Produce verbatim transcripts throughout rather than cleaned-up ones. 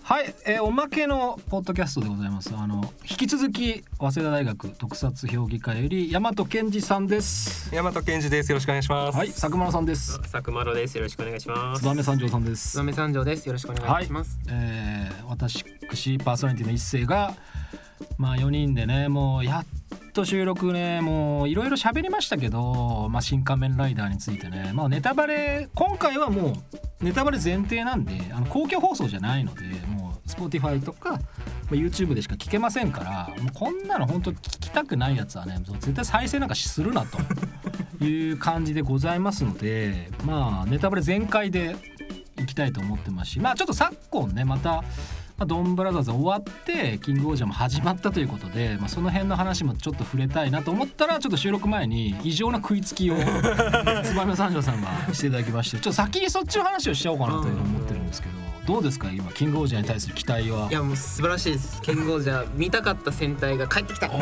はい、えー、おまけのポッドキャストでございます。あの引き続き早稲田大学特撮評議会より大和健二さんです。 大和健二です。よろしくお願いします。 はい、佐久間さんです。 佐久間です。よろしくお願いします。 燕三条さんです。 燕三条です。よろしくお願いします。 はい、えー、私パーソナリティの一世がまあよにんでね、もうやっと収録ね、もういろいろ喋りましたけど、まあ、新仮面ライダーについてね、まあ、ネタバレ今回はもうネタバレ前提なんで、あの公共放送じゃないので、もう Spotify とか YouTube でしか聞けませんから、もうこんなの本当聞きたくないやつはね、絶対再生なんかするなという感じでございますので、まあネタバレ全開でいきたいと思ってますし、まあちょっと昨今ね、またまあ、ドンブラザーズ終わってキングオージャーも始まったということで、まあ、その辺の話もちょっと触れたいなと思ったら、ちょっと収録前に異常な食いつきを燕三条さんがしていただきまして、ちょっと先にそっちの話をしちゃおうかなという思ってるんですけど、どうですか今キングオージャーに対する期待は。 いやもう素晴らしいです。キングオージャー見たかった戦隊が帰ってきた。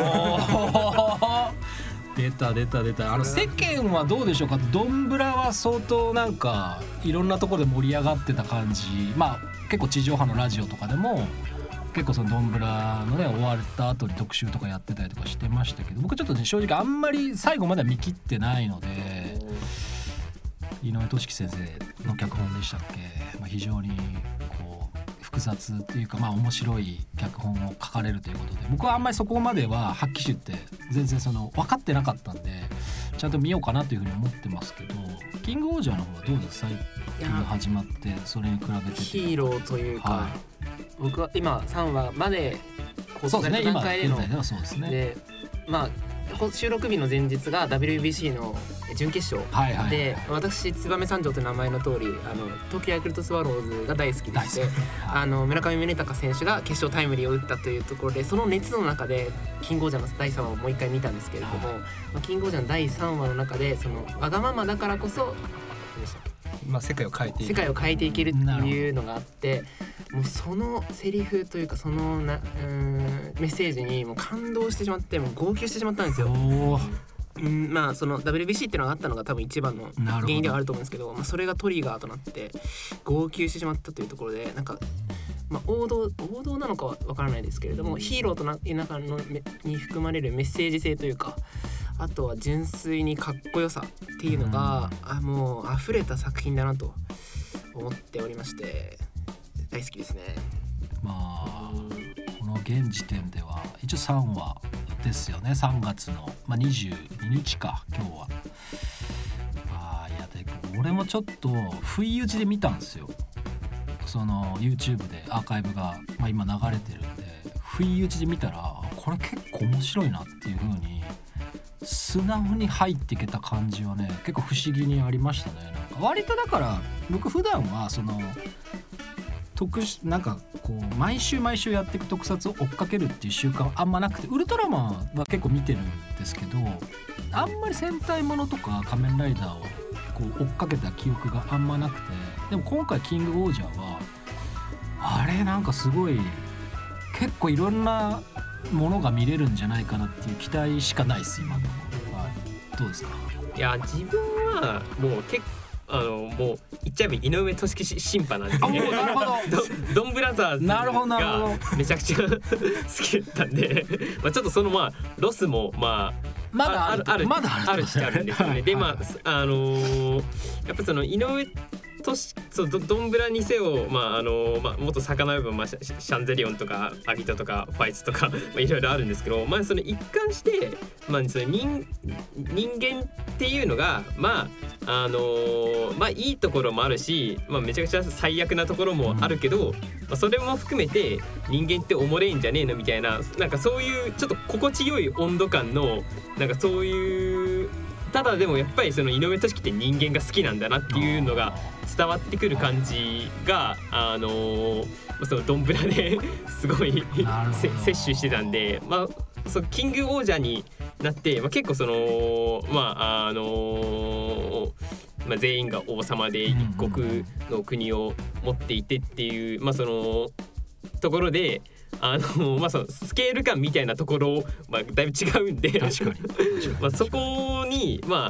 出た出た出た。あの世間はどうでしょうか。ドンブラは相当なんかいろんなところで盛り上がってた感じ。まあ結構地上波のラジオとかでも結構そのドンブラのね終わった後に特集とかやってたりとかしてましたけど、僕ちょっとね正直あんまり最後までは見切ってないので、井上俊樹先生の脚本でしたっけ、まあ、非常にこう複雑っていうか、まあ面白い脚本を書かれるということで、僕はあんまりそこまでは発揮手って全然その分かってなかったんで、ちゃんと見ようかなというふうに思ってますけど、キングオージャーの方はどうですか。最近始まってそれに比べてヒーローというか、はい、僕は今さんわまで放送された段階での、でそうですね。 で、まあ収録日の前日が ダブリュービーシー の準決勝、はいはいはい、で私燕三条という名前の通りあの東京ヤクルトスワローズが大好きでして、はい、あの村上宗隆選手が決勝タイムリーを打ったというところで、その熱の中でキングオージャーのだいさんわをもう一回見たんですけれども、はい、まあ、キングオージャーのだいさんわの中でそのわがままだからこそまあ、世界を変えていく世界を変えていけるっていうのがあって、もうそのセリフというかそのなうーんメッセージにもう感動してしまって、もう号泣してしまったんですよ。うん、まあその ダブリュービーシー っていうのがあったのが多分一番の原因ではあると思うんですけど、まあ、それがトリガーとなって号泣してしまったというところで、なんか、まあ、王道王道なのかは分からないですけれども、ヒーローとな中のに含まれるメッセージ性というか、あとは純粋にかっこよさっていうのが、うん、あもう溢れた作品だなと思っておりまして、大好きですね。 まあこの現時点では一応さんわですよね。さんがつの、まあ、にじゅうににちか今日は。あいやで俺もちょっと不意打ちで見たんですよ。その YouTube でアーカイブが、まあ、今流れてるんで、不意打ちで見たらこれ結構面白いなっていう風に素直に入っていけた感じはね、結構不思議にありましたね。なんか割とだから僕普段はその特殊なんかこう毎週毎週やっていく特撮を追っかけるっていう習慣はあんまなくて、ウルトラマンは結構見てるんですけど、あんまり戦隊ものとか仮面ライダーをこう追っかけた記憶があんまなくて、でも今回キングオージャーはあれなんかすごい結構いろんなものが見れるんじゃないかなっていう期待しかないです今の、はい、どうですか。 いや自分はもう結構あのもう言っちゃえば井上俊樹審判なんで、 あもうなるほどド, ドンブラザーズがめちゃくちゃ好きだったんでまあちょっとそのまあロスもまあまだあるあるまだあるあるあるんですよね。はい、でまああのー、やっぱその井上そうド, ドンブラにせよ、まああのまあ、もっと遡れば、まあ、シャンゼリオンとかアギトとかファイツとかいろいろあるんですけど、まあ、その一貫して、まあ、その 人, 人間っていうのが、まああのーまあ、いいところもあるし、まあ、めちゃくちゃ最悪なところもあるけど、まあ、それも含めて人間っておもれんじゃねえのみたいな、なんかそういうちょっと心地よい温度感のなんかそういうただでもやっぱりその井上俊樹って人間が好きなんだなっていうのが伝わってくる感じがあのー、そのドンブラですごい摂取してたんで、まあそのキングオージャーになって、まあ、結構そのまああのーまあ、全員が王様で一国の国を持っていてっていう、まあそのところで。あのまあ、そのスケール感みたいなところ、まあ、だいぶ違うんで確かにまあそこに、まあ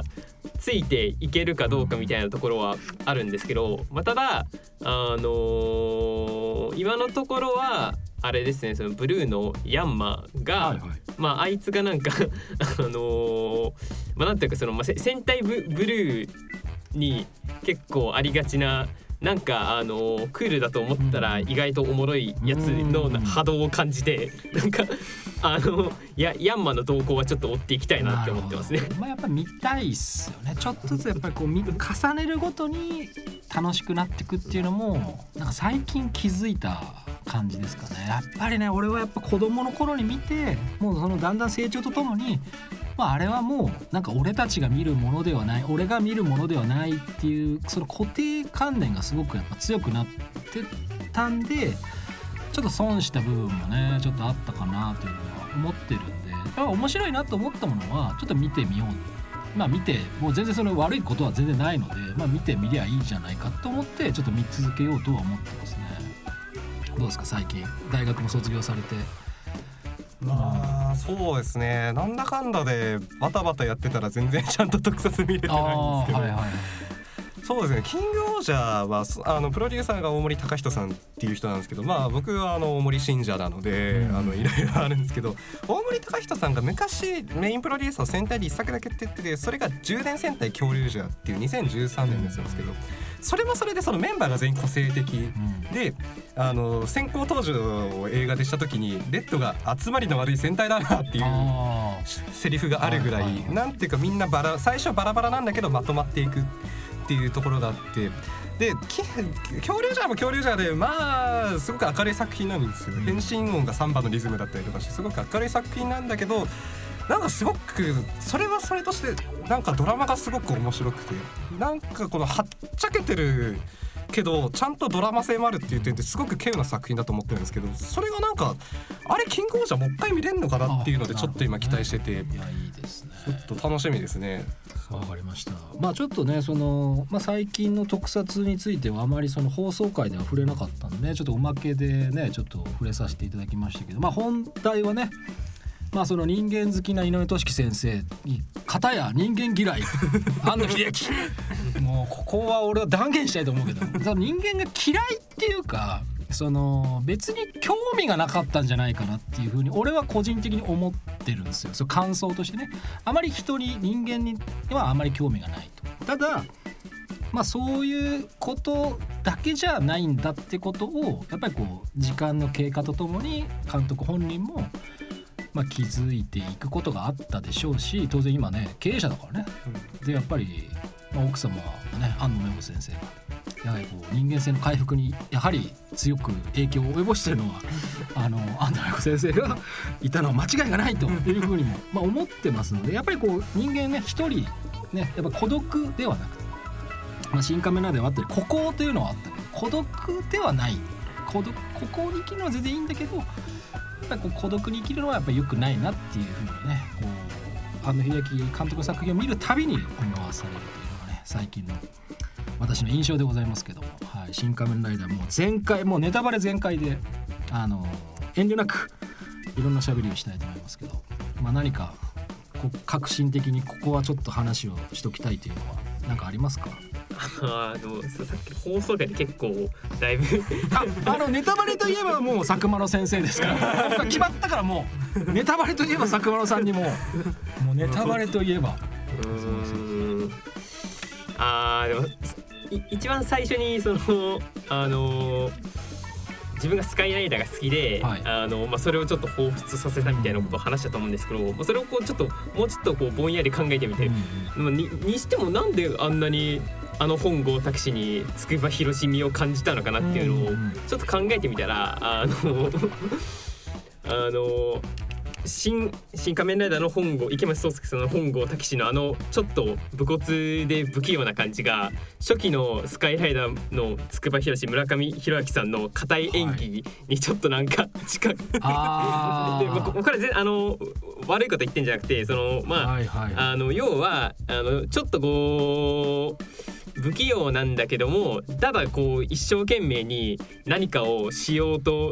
ついていけるかどうかみたいなところはあるんですけど、まあ、ただあのー、今のところはあれですね、そのブルーのヤンマが、はいはい、まああいつがなんかあのー、まあなんていうかその、まあ、戦隊 ブ, ブルーに結構ありがちななんかあのクールだと思ったら意外とおもろいやつの波動を感じて、なんかあのやヤンマの動向はちょっと追っていきたいなって思ってますね。 まあ、やっぱ見たいっすよね。ちょっとずつやっぱりこう重ねるごとに楽しくなっていくっていうのもなんか最近気づいた感じですかね。やっぱりね、俺はやっぱ子供の頃に見て、もうそのだんだん成長とともに、まあ、あれはもうなんか俺たちが見るものではない、俺が見るものではないっていうその固定観念がすごくやっぱ強くなってたんで、ちょっと損した部分もねちょっとあったかなというのは思ってるんで、やっぱ面白いなと思ったものはちょっと見てみよう、まあ見てもう全然その悪いことは全然ないので、まあ見てみりゃいいじゃないかと思ってちょっと見続けようとは思ってますね。どうですか最近大学も卒業されて。 まあそうですね、なんだかんだでバタバタやってたら全然ちゃんと特撮見れてないんですけど、はいはい、そうですね、キングオージャーはあのプロデューサーが大森隆人さんっていう人なんですけど、まあ僕はあの大森信者なので、うん、あのいろいろあるんですけど、大森隆人さんが昔メインプロデューサーを戦隊で一作だけって言ってて、それが充電戦隊恐竜ジャーっていうにせんじゅうさんねんのやつなんですけど、それもそれでそのメンバーが全員個性的で、うん、あの先行登場を映画でした時にレッドが集まりの悪い戦隊だなっていうセリフがあるぐらい、なんていうかみんなバラ最初バラバラなんだけどまとまっていくっていうところがあって、で恐竜ジャーも恐竜ジャーでまあすごく明るい作品なんですよ。変身音がサンバのリズムだったりとかしてすごく明るい作品なんだけど、なんかすごくそれはそれとしてなんかドラマがすごく面白くて、なんかこのはっちゃけてるけどちゃんとドラマ性もあるっていう点ですごく稀有な作品だと思ってるんですけど、それがなんかあれキングオージャーもう一回見れるのかなっていうのでちょっと今期待してて、いやいいですね、ちょっと楽しみですね。 わかりました。まあちょっとねその、まあ、最近の特撮についてはあまりその放送回では触れなかったんで、ね、ちょっとおまけでねちょっと触れさせていただきましたけど、まあ本題はね、まあその人間好きな井上俊樹先生に片や人間嫌い庵野秀明もうここは俺は断言したいと思うけど、その人間が嫌いっていうかその別に興味がなかったんじゃないかなっていうふうに俺は個人的に思ってるんですよ。その感想としてね、あまり人に人間にはあまり興味がないと。ただまあそういうことだけじゃないんだってことをやっぱりこう時間の経過とともに監督本人もまあ気づいていくことがあったでしょうし、当然今ね経営者だからね、うん、でやっぱり、まあ、奥様はね庵野芽穂先生がやはりこう人間性の回復にやはり強く影響を及ぼしているのはあの庵野芽穂先生がいたのは間違いがないというふうにもまあ思ってますので、やっぱりこう人間ね一人ねやっぱ孤独ではなくて、まあ、新仮面ライダーはあったり孤高というのはあったけど孤独ではない、孤独孤高に生きるのは全然いいんだけど、やっぱりこう孤独に生きるのはやっぱり良くないなっていうふうにね、こう庵野秀明監督の作品を見るたびに思わされるというのがね最近の私の印象でございますけども、はい、新仮面ライダーもう全開、もうネタバレ全開であの遠慮なくいろんな喋りをしたいと思いますけど、まあ、何かこ革新的にここはちょっと話をしときたいというのは何かありますか？ あでもさっき放送回で結構だいぶあ, あのネタバレといえばもう佐久間の先生ですから決まったから、もうネタバレといえば佐久間のさんにももうネタバレといえばうーんあーでも一番最初にそのあのー、自分がスカイライダーが好きで、はい、あのまあ、それをちょっと彷彿させたみたいなことを話したと思うんですけど、まあ、それをこうちょっともうちょっとこうぼんやり考えてみて、うん、に, にしてもなんであんなにあの本郷拓司に筑波広しみを感じたのかなっていうのをちょっと考えてみたら、あのあの新, 新仮面ライダーの本郷池松壮亮さんの本郷拓司のあのちょっと武骨で不器用な感じが初期のスカイライダーの筑波広し村上弘明さんの硬い演技にちょっとなんか近く、はい、で僕からぜあの悪いこと言ってんじゃなくて、そのまあ、はいはい、あの要はあのちょっとこう不器用なんだけども、ただこう一生懸命に何かをしようと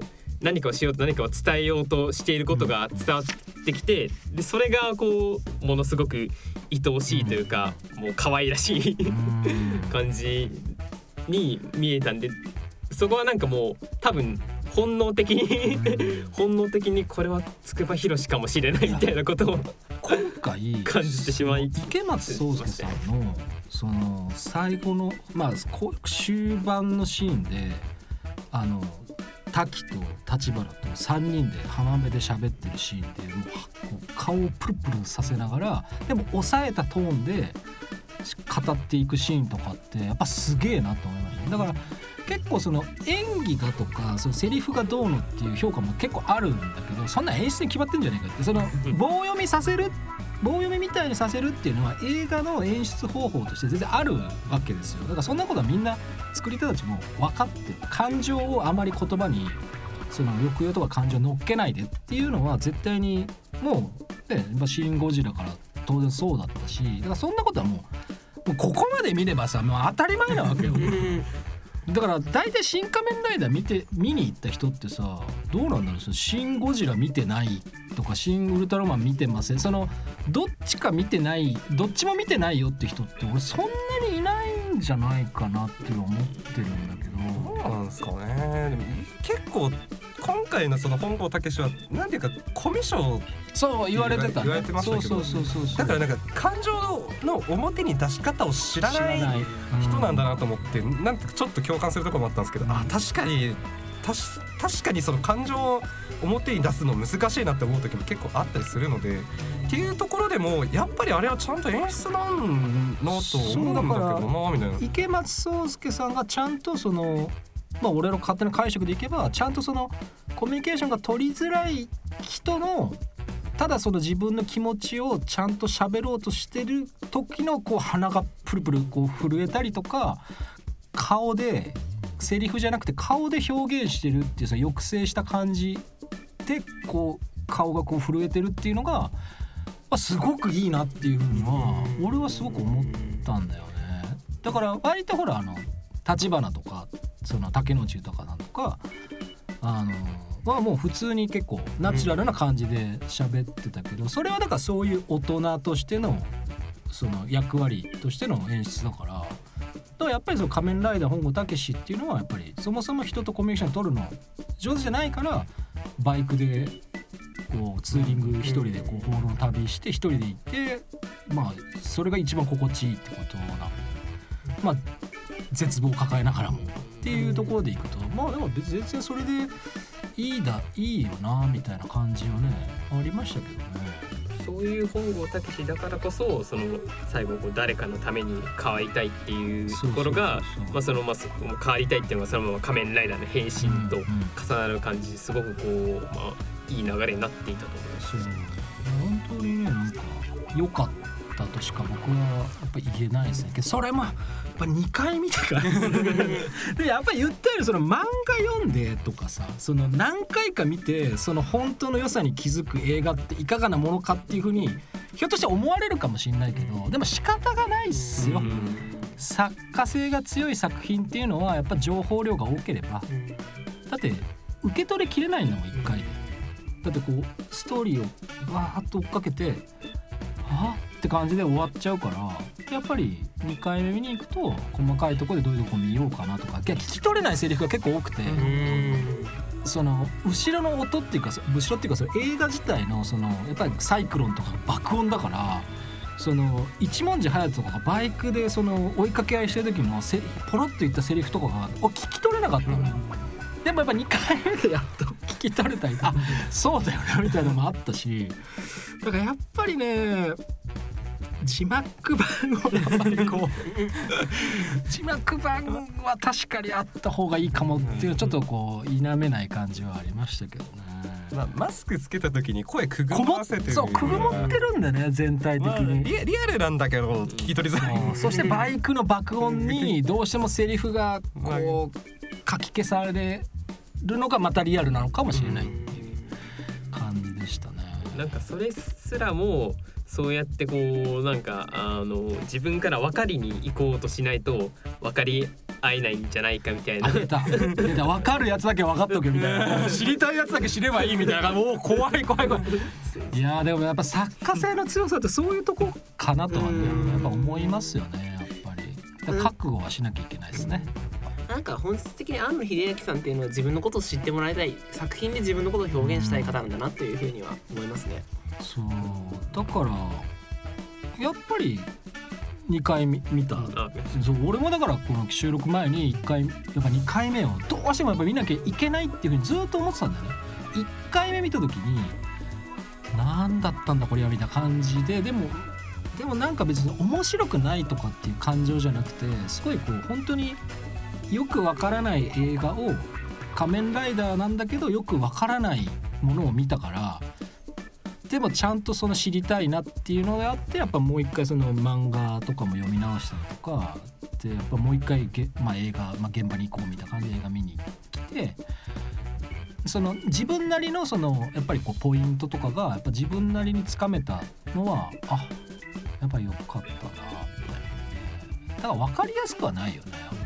何かをしようと何かを伝えようとしていることが伝わってきて、でそれがこうものすごく愛おしいというか、もう可愛らしい感じに見えたんで、そこはなんかもう多分本能的に本能的にこれは筑波博かもしれないみたいなことを今回感じてしまい、 池松壮亮さんのその最後のまあ終盤のシーンであの滝と立花とさんにんで浜辺で喋ってるシーンでもうこう顔をプルプルさせながらでも抑えたトーンで語っていくシーンとかってやっぱすげえなと思いました。だから結構その演技がとかそのセリフがどうのっていう評価も結構あるんだけど、そんな演出に決まってんじゃねえかって、その棒読みさせる棒読みみたいにさせるっていうのは映画の演出方法として全然あるわけですよ。だからそんなことはみんな作り手たちも分かってる。感情をあまり言葉にその抑揚とか感情を乗っけないでっていうのは絶対にもう、ね、シン・ゴジラから当然そうだったし、だからそんなことはもう、もうここまで見ればさもう当たり前なわけよだから大体新仮面ライダー見て見に行った人ってさどうなんだろう、シン・ゴジラ見てないとかシン・ウルトラマン見てません、そのどっちか見てないどっちも見てないよって人って俺そんなにいないんじゃないかなって思ってるんだけど。 どうなんですかね。でも結構今回のその本郷猛はなんていうかコミュ障そう言われてたね。 言われてましたけど、 そうそうそうそう。 だからなんか感情の表に出し方を知らない人なんだなと思って、うん、なんてちょっと共感するところもあったんですけど、あ確かにたし確かにその感情を表に出すの難しいなって思う時も結構あったりするので、っていうところでもやっぱりあれはちゃんと演出なんのと思うんだけどなみたいな。 池松壮亮さんがちゃんとそのまあ俺の勝手な解釈でいけばちゃんとそのコミュニケーションが取りづらい人のただその自分の気持ちをちゃんと喋ろうとしてる時のこう鼻がプルプルこう震えたりとか顔でセリフじゃなくて顔で表現してるっていうその抑制した感じでこう顔がこう震えてるっていうのがすごくいいなっていうふうには俺はすごく思ったんだよね。だから割とほらあの立花とかその竹野内豊さんとかあのはもう普通に結構ナチュラルな感じで喋ってたけど、それはだからそういう大人としてのその役割としての演出だから、だからやっぱりその仮面ライダー本郷猛っていうのはやっぱりそもそも人とコミュニケーション取るの上手じゃないからバイクでこうツーリング一人でこう放浪の旅して一人で行ってまあそれが一番心地いいってことなの。まあ絶望を抱えながらもっていうところでいくとまあでも別に全然それでいいだいいよなみたいな感じはねありましたけどね。 そういう本郷猛だからこそその最後こう誰かのために変わりたいっていうところがまあそのまあ変わりたいっていうのがそのまま仮面ライダーの変身と重なる感じですごくこうまあいい流れになっていたと思います。 そう本当にねなんか良かったとしか僕はやっぱ言えないですねけど、それもやっぱにかい見たからでやっぱり言ったようにその漫画読んでとかさその何回か見てその本当の良さに気づく映画っていかがなものかっていう風にひょっとして思われるかもしれないけど、でも仕方がないっすよ。作家性が強い作品っていうのはやっぱ情報量が多ければだって受け取りきれないんだもんいっかいで。だってこうストーリーをわーっと追っかけてはって感じで終わっちゃうからやっぱりにかいめ見に行くと細かいところでどういうとこ見ようかなとか聞き取れないセリフが結構多くてその後ろの音っていうか後ろっていうかその映画自体のそのやっぱりサイクロンとか爆音だからその一文字隼人とかがバイクでその追いかけ合いしてる時のせポロッと言ったセリフとかが聞き取れなかったの。でもやっぱにかいめでやっと聞き取れたりあそうだよねみたいなのもあったしだからやっぱりね字幕版をやっぱりこう字幕版は確かにあった方がいいかもっていうちょっとこう否めない感じはありましたけどね。 まあ、マスクつけた時に声くぐもらせてるそうくぐもってるんだね全体的に、 まあ、リ, リアルなんだけど聞き取りづらいそしてバイクの爆音にどうしてもセリフがこう書き消されるのがまたリアルなのかもしれないっていう感じでしたね。 なんかそれすらもそうやってこうなんかあの自分から分かりに行こうとしないと分かり会えないんじゃないかみたいな。 出た出た分かるやつだけ分かっとけみたいな知りたいやつだけ知ればいいみたいなお怖い怖い怖いいやでもやっぱ作家性の強さってそういうとこかなとはねやっぱ思いますよね。やっぱりだから覚悟はしなきゃいけないですね。 なんか本質的に庵野秀明さんっていうのは自分のことを知ってもらいたい作品で自分のことを表現したい方なんだなというふうには思いますね。 そうだからやっぱりにかい 見, 見たそう俺もだからこの収録前にいっかいやっぱにかいめをどうしてもやっぱ見なきゃいけないっていうふうにずっと思ってたんだよね。いっかいめ見た時に何だったんだこれはみたいな感じででもでもなんか別に面白くないとかっていう感情じゃなくてすごいこう本当によくわからない映画を仮面ライダーなんだけどよくわからないものを見たからでもちゃんとその知りたいなっていうのがあってやっぱもう一回その漫画とかも読み直したりとかでやっぱもう一回げ、まあ、映画、まあ、現場に行こうみたいな感じで映画見に来てその自分なりのそのやっぱりこうポイントとかがやっぱ自分なりにつかめたのはあやっぱり良かったなみたいな。だから分かりやすくはないよねやっぱ、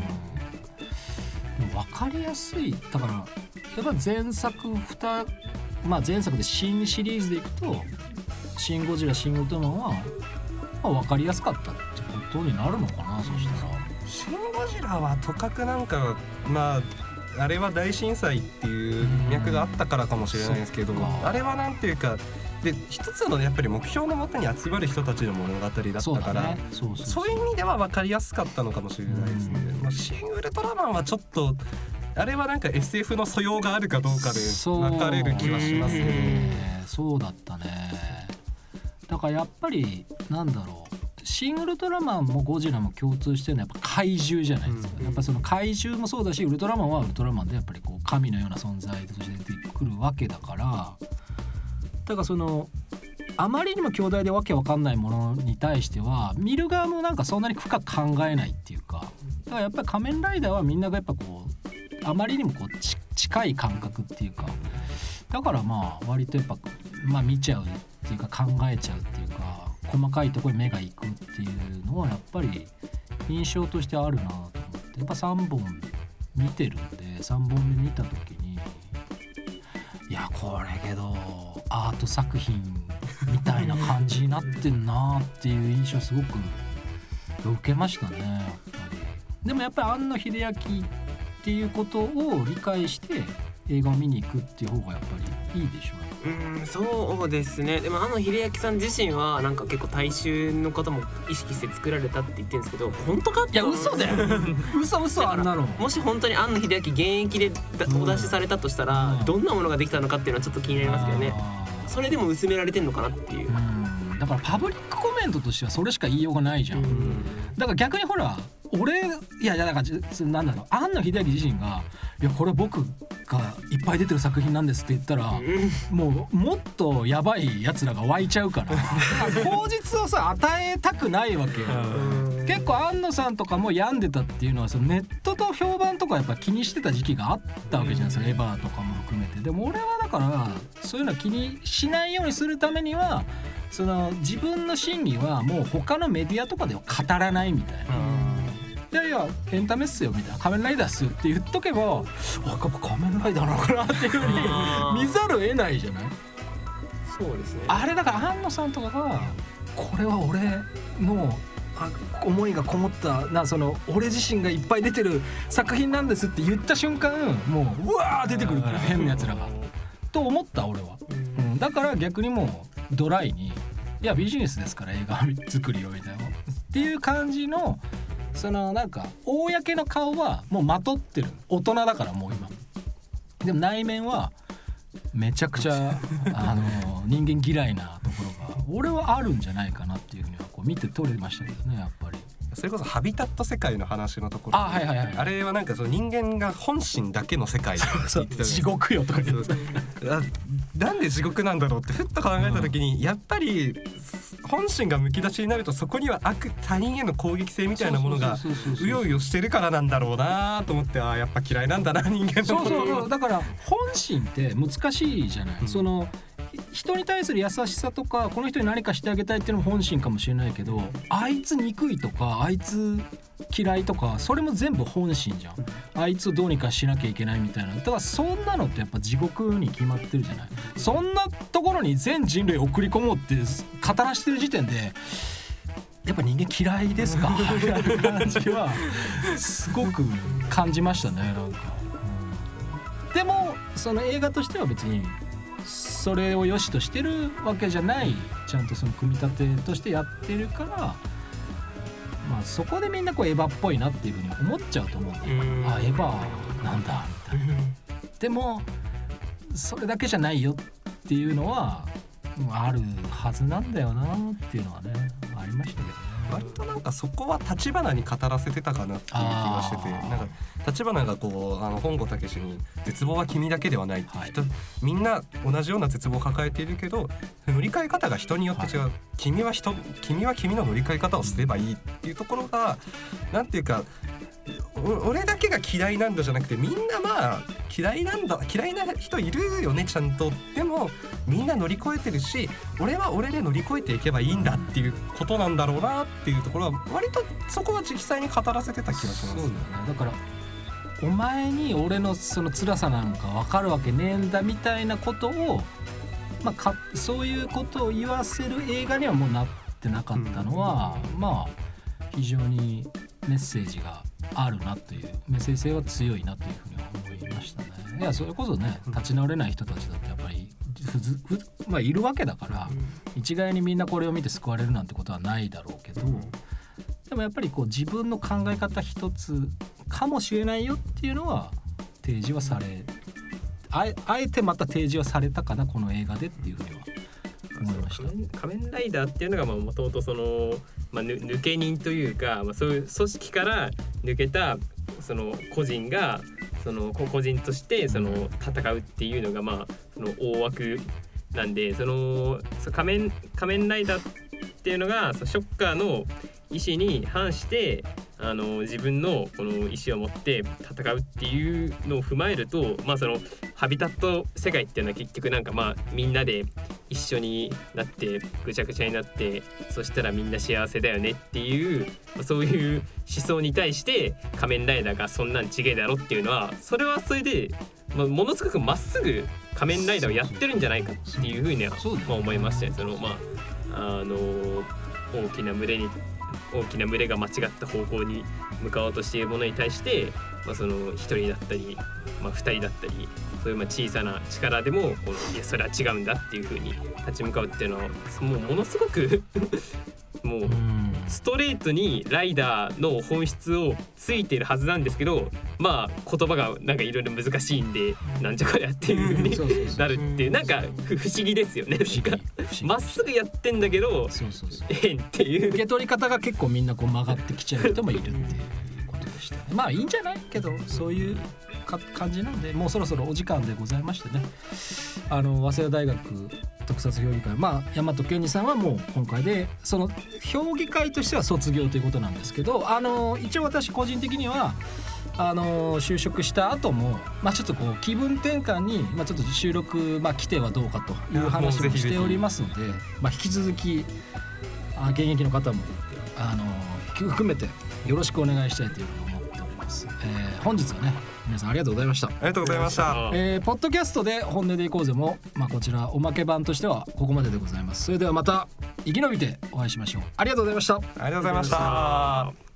うん、でも分かりやすいだからやっぱ前作にまあ前作で新シリーズでいくとシン・ゴジラシン・ウルトラマンは、まあ、分かりやすかったってことになるのかな、うん、そしたらシン・ゴジラはとかくなんかまああれは大震災っていう脈があったからかもしれないですけどあれはなんていうかで一つのやっぱり目標のもとに集まる人たちの物語だったから そう,、ね、そう, そう, そう, そういう意味では分かりやすかったのかもしれないですね、まあ、シン・ウルトラマンはちょっとあれはなんか エスエフ の素養があるかどうかで分かれる気はしますけど、 ね、そうだったね。だからやっぱりなんだろうシン・ウルトラマンもゴジラも共通してるのはやっぱ怪獣じゃないですか、うん、やっぱその怪獣もそうだしウルトラマンはウルトラマンでやっぱりこう神のような存在として出てくるわけだからだからそのあまりにも強大でわけわかんないものに対しては見る側もなんかそんなに深く考えないっていうかだからやっぱり仮面ライダーはみんながやっぱこうあまりにもこうち近い感覚っていうかだからまあ割とやっぱ、まあ、見ちゃうっていうか考えちゃうっていうか細かいところに目が行くっていうのはやっぱり印象としてあるなと思ってやっぱさんぼん見てるんでさんぼんめ見た時にいやこれけどアート作品みたいな感じになってんなっていう印象すごく受けましたね。やっぱりでもやっぱり庵野秀明っていうことを理解して映画を見に行くっていう方がやっぱりいいでしょう。 うんそうですね。でも庵野秀明さん自身はなんか結構大衆のことも意識して作られたって言ってるんですけど本当かっていや嘘だよ嘘嘘あんなのもし本当に庵野秀明現役でお出しされたとしたら、うん、どんなものができたのかっていうのはちょっと気になりますけどね。それでも薄められてんのかなっていう、 うんだからパブリックコメントとしてはそれしか言いようがないじゃん、うん、だから逆にほら俺いやいやだからなんだろう庵野秀明自身がいやこれ僕がいっぱい出てる作品なんですって言ったら、うん、もうもっとやばいやつらが湧いちゃうから口実をさ与えたくないわけよ、うん、結構庵野さんとかも病んでたっていうのはそのネットと評判とかやっぱ気にしてた時期があったわけじゃないですか、うん、エヴァとかも含めて。でも俺はだからそういうの気にしないようにするためにはその自分の真偽はもう他のメディアとかでは語らないみたいな、いやいやエンタメっすよみたいな仮面ライダーっすよって言っとけばあ仮面ライダーなのかなっていう風に見ざるを得ないじゃない。 そうですね。 あれだから庵野さんとかがこれは俺の思いがこもったなその俺自身がいっぱい出てる作品なんですって言った瞬間もううわー出てくるから変なやつらがと思った俺は、うん、だから逆にもうドライにいやビジネスですから映画作りよみたいなっていう感じのそのなんか公の顔はもうまとってる大人だからもう今でも内面はめちゃくちゃあの人間嫌いなところが俺はあるんじゃないかなっていうふうにはこう見て取れましたけどね。やっぱりそれこそハビタット世界の話のところあ,、はいはいはい、 あれはなんかその人間が本心だけの世界って言ってたじゃないですか。 地獄よとか言ってなんで地獄なんだろうってふっと考えた時に、うん、やっぱり本心がむき出しになるとそこには悪他人への攻撃性みたいなものがうようよしてるからなんだろうなと思ってあやっぱ嫌いなんだな人間のこと。 そうそうそうだから本心って難しいじゃない、うん、その人に対する優しさとかこの人に何かしてあげたいっていうのも本心かもしれないけど、あいつ憎いとかあいつ嫌いとかそれも全部本心じゃん。あいつをどうにかしなきゃいけないみたいな。だからそんなのってやっぱ地獄に決まってるじゃない。そんなところに全人類送り込もうって語らしてる時点でやっぱ人間嫌いですかみたいな感じはすごく感じましたね。なんか、うん、でもその映画としては別にそれを良しとしてるわけじゃない、ちゃんとその組み立てとしてやってるから、まあそこでみんなこうエヴァっぽいなっていうふうに思っちゃうと思うんだよ。あ、エヴァなんだみたいな。でもそれだけじゃないよっていうのはあるはずなんだよなっていうのはねありましたけどね。 割となんかそこは立花に語らせてたかなっていう気がしてて、なんか立花がこうあの本郷武史に絶望は君だけではないって人、はい、みんな同じような絶望を抱えているけど乗り換え方が人によって違う、はい、君は人君は君の乗り換え方をすればいいっていうところがなんていうか俺だけが嫌いなんだじゃなくてみんなまあ嫌いなんだ嫌いな人いるよねちゃんと。でもみんな乗り越えてるし俺は俺で乗り越えていけばいいんだっていうことなんだろうなっていうところは割とそこは実際に語らせてた気がします。 そうだよね。だからお前に俺のその辛さなんか分かるわけねえんだみたいなことを、まあ、かそういうことを言わせる映画にはもうなってなかったのは、うん、まあ非常にメッセージがあるなというメッセージ性は強いなというふうに思いましたね。いやそれこそね立ち直れない人たちだってやっぱりふずふ、まあ、いるわけだから、うん、一概にみんなこれを見て救われるなんてことはないだろうけど、うん、でもやっぱりこう自分の考え方一つかもしれないよっていうのは提示はされ あ, あえてまた提示はされたかなこの映画でっていうふうには思いました。 仮面ライダーっていうのがもともとその、まあ、抜け人というか、まあ、そういう組織から抜けたその個人がその個人としてその戦うっていうのがまあその大枠なんで、その仮面仮面ライダーっていうのがそのショッカーの意思に反してあの自分のこの意思を持って戦うっていうのを踏まえると、まあそのハビタット世界っていうのは結局なんかまあみんなで一緒になってぐちゃぐちゃになってそしたらみんな幸せだよねっていうそういう思想に対して仮面ライダーがそんなん違えだろっていうのはそれはそれで、まあ、ものすごくまっすぐ仮面ライダーをやってるんじゃないかっていうふうにはまあ思いましたね。そのまああの大きな群れに大きな群れが間違った方向に向かおうとしているものに対して、まあ、そのひとりだったり、まあ、ふたりだったりそういうまあ小さな力でもこのいやそれは違うんだっていう風に立ち向かうっていうのはもうものすごくもうストレートにライダーの本質をついているはずなんですけど、まあ言葉がなんかいろいろ難しいんでなんじゃこりゃっていう風になるっていうなんか不思議ですよね。まっすぐやってんだけど変っていう受け取り方が結構みんなこう曲がってきちゃう人もいるっていうことでしたね。まあいいんじゃないけどそういうか感じなんでもうそろそろお時間でございましてね、あの早稲田大学特撮評議会、まあ大和健二さんはもう今回でその評議会としては卒業ということなんですけど、あの一応私個人的にはあの就職した後も、まあ、ちょっとこう気分転換に、まあ、ちょっと収録、まあ、来てはどうかという話もしておりますので、まあ、引き続きあ現役の方もあの含めてよろしくお願いしたいというふうに思っております。えー、本日はね皆さんありがとうございました。ありがとうございました。 えー、ポッドキャストで本音でいこうぜも、まあ、こちらおまけ版としてはここまででございます。それではまた生き延びてお会いしましょう。ありがとうございました。ありがとうございました。